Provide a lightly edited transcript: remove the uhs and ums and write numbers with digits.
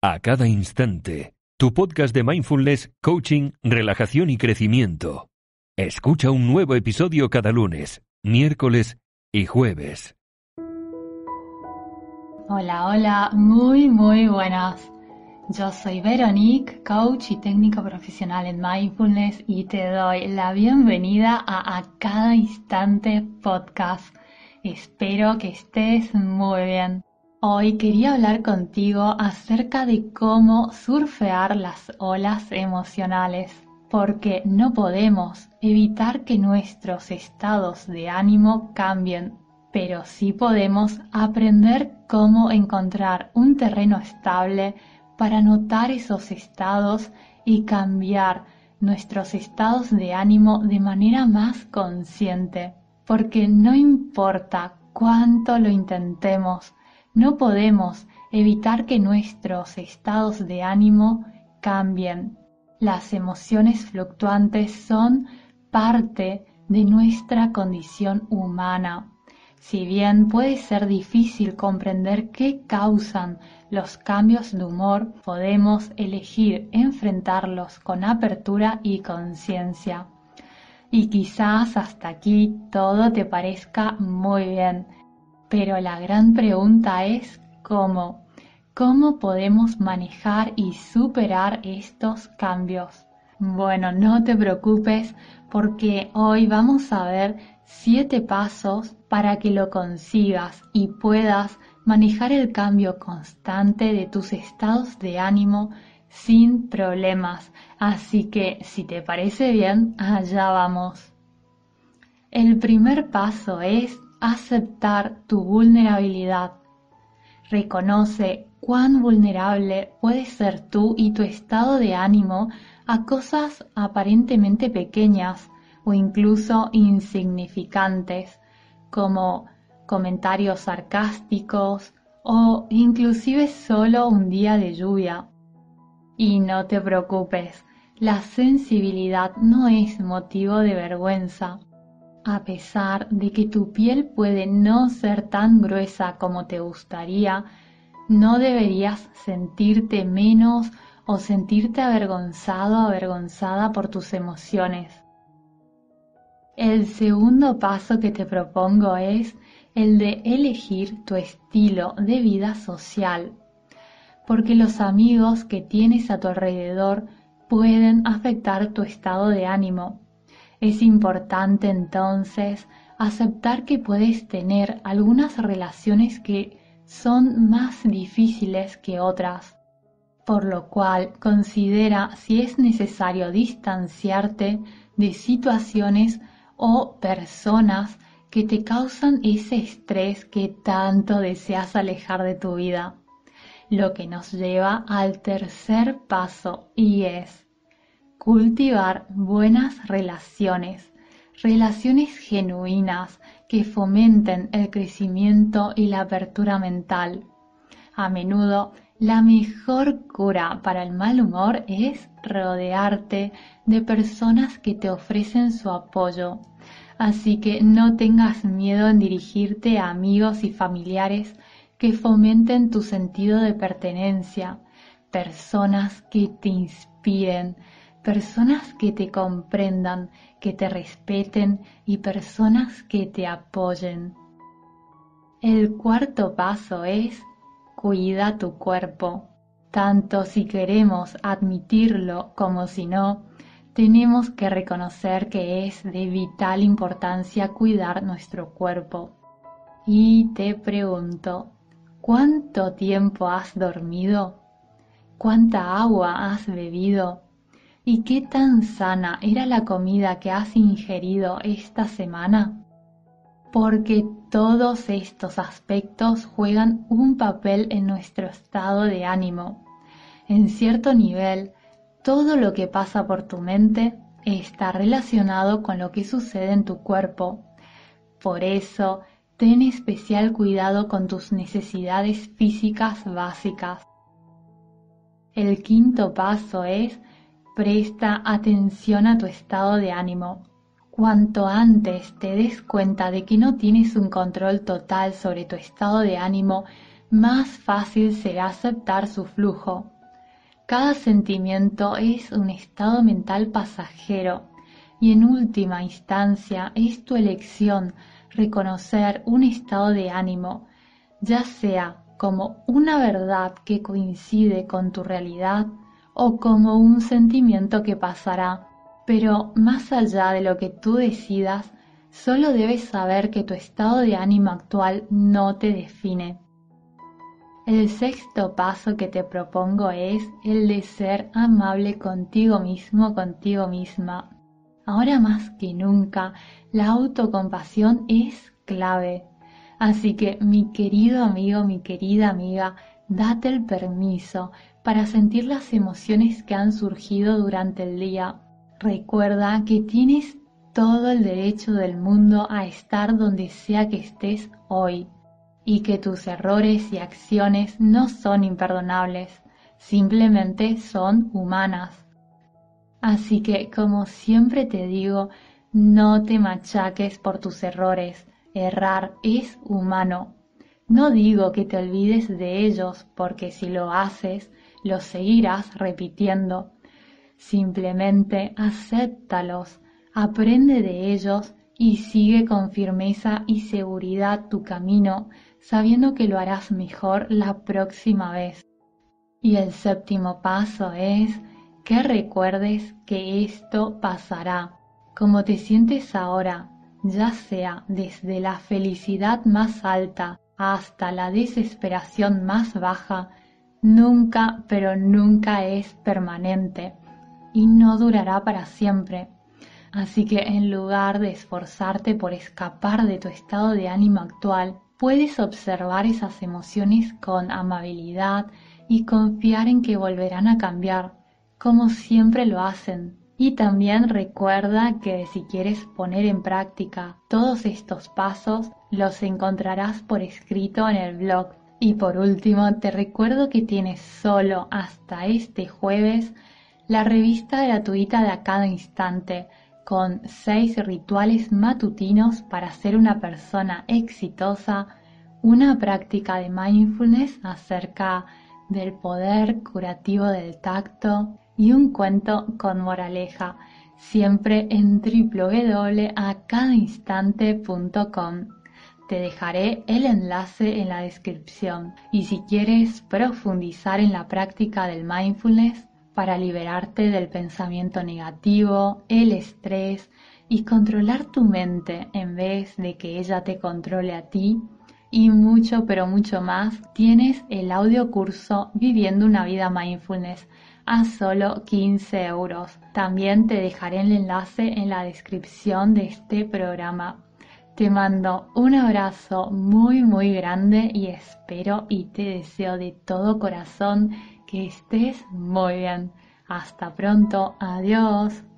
A cada instante, tu podcast de mindfulness, coaching, relajación y crecimiento. Escucha un nuevo episodio cada lunes, miércoles y jueves. Hola, muy buenas. Yo soy Veronique, coach y técnico profesional en mindfulness y te doy la bienvenida a cada instante podcast. Espero que estés muy bien. Hoy quería hablar contigo acerca de cómo surfear las olas emocionales, porque no podemos evitar que nuestros estados de ánimo cambien, pero sí podemos aprender cómo encontrar un terreno estable para notar esos estados y cambiar nuestros estados de ánimo de manera más consciente, porque no importa cuánto lo intentemos, no podemos evitar que nuestros estados de ánimo cambien. Las emociones fluctuantes son parte de nuestra condición humana. Si bien puede ser difícil comprender qué causan los cambios de humor, podemos elegir enfrentarlos con apertura y conciencia. Y quizás hasta aquí todo te parezca muy bien, pero la gran pregunta es ¿cómo? ¿Cómo podemos manejar y superar estos cambios? Bueno, no te preocupes porque hoy vamos a ver 7 pasos para que lo consigas y puedas manejar el cambio constante de tus estados de ánimo sin problemas. Así que si te parece bien, allá vamos. El primer paso es aceptar tu vulnerabilidad. Reconoce cuán vulnerable puedes ser tú y tu estado de ánimo a cosas aparentemente pequeñas o incluso insignificantes, como comentarios sarcásticos o inclusive solo un día de lluvia. Y no te preocupes, la sensibilidad no es motivo de vergüenza. A pesar de que tu piel puede no ser tan gruesa como te gustaría, no deberías sentirte menos o sentirte avergonzado o avergonzada por tus emociones. El segundo paso que te propongo es el de elegir tu estilo de vida social, porque los amigos que tienes a tu alrededor pueden afectar tu estado de ánimo. Es importante entonces aceptar que puedes tener algunas relaciones que son más difíciles que otras, por lo cual considera si es necesario distanciarte de situaciones o personas que te causan ese estrés que tanto deseas alejar de tu vida. Lo que nos lleva al tercer paso y es cultivar buenas relaciones, relaciones genuinas que fomenten el crecimiento y la apertura mental. A menudo, la mejor cura para el mal humor es rodearte de personas que te ofrecen su apoyo. Así que no tengas miedo en dirigirte a amigos y familiares que fomenten tu sentido de pertenencia, personas que te inspiren, personas que te comprendan, que te respeten y personas que te apoyen. El cuarto paso es cuida tu cuerpo. Tanto si queremos admitirlo como si no, tenemos que reconocer que es de vital importancia cuidar nuestro cuerpo. Y te pregunto, ¿cuánto tiempo has dormido? ¿Cuánta agua has bebido? ¿Y qué tan sana era la comida que has ingerido esta semana? Porque todos estos aspectos juegan un papel en nuestro estado de ánimo. En cierto nivel, todo lo que pasa por tu mente está relacionado con lo que sucede en tu cuerpo. Por eso, ten especial cuidado con tus necesidades físicas básicas. El quinto paso es presta atención a tu estado de ánimo. Cuanto antes te des cuenta de que no tienes un control total sobre tu estado de ánimo, más fácil será aceptar su flujo. Cada sentimiento es un estado mental pasajero y en última instancia es tu elección reconocer un estado de ánimo, ya sea como una verdad que coincide con tu realidad o como un sentimiento que pasará. Pero más allá de lo que tú decidas, solo debes saber que tu estado de ánimo actual no te define. El sexto paso que te propongo es el de ser amable contigo mismo, contigo misma. Ahora más que nunca, la autocompasión es clave. Así que, mi querido amigo, mi querida amiga, date el permiso para sentir las emociones que han surgido durante el día. Recuerda que tienes todo el derecho del mundo a estar donde sea que estés hoy y que tus errores y acciones no son imperdonables, simplemente son humanas. Así que, como siempre te digo, no te machaques por tus errores. Errar es humano. No digo que te olvides de ellos, porque si lo haces, los seguirás repitiendo. Simplemente acéptalos, aprende de ellos y sigue con firmeza y seguridad tu camino, sabiendo que lo harás mejor la próxima vez. Y el séptimo paso es que recuerdes que esto pasará. Como te sientes ahora, ya sea desde la felicidad más alta hasta la desesperación más baja, nunca, pero nunca es permanente y no durará para siempre. Así que en lugar de esforzarte por escapar de tu estado de ánimo actual, puedes observar esas emociones con amabilidad y confiar en que volverán a cambiar, como siempre lo hacen. Y también recuerda que si quieres poner en práctica todos estos pasos, los encontrarás por escrito en el blog. Y por último, te recuerdo que tienes solo hasta este jueves la revista gratuita de A Cada Instante, con 6 rituales matutinos para ser una persona exitosa, una práctica de mindfulness acerca del poder curativo del tacto y un cuento con moraleja, siempre en www.acadainstante.com. Te dejaré el enlace en la descripción y si quieres profundizar en la práctica del mindfulness para liberarte del pensamiento negativo, el estrés y controlar tu mente en vez de que ella te controle a ti, y mucho pero mucho más, tienes el audio curso Viviendo una vida mindfulness a solo 15 euros. También te dejaré el enlace en la descripción de este programa. Te mando un abrazo muy muy grande y espero y te deseo de todo corazón que estés muy bien. Hasta pronto, adiós.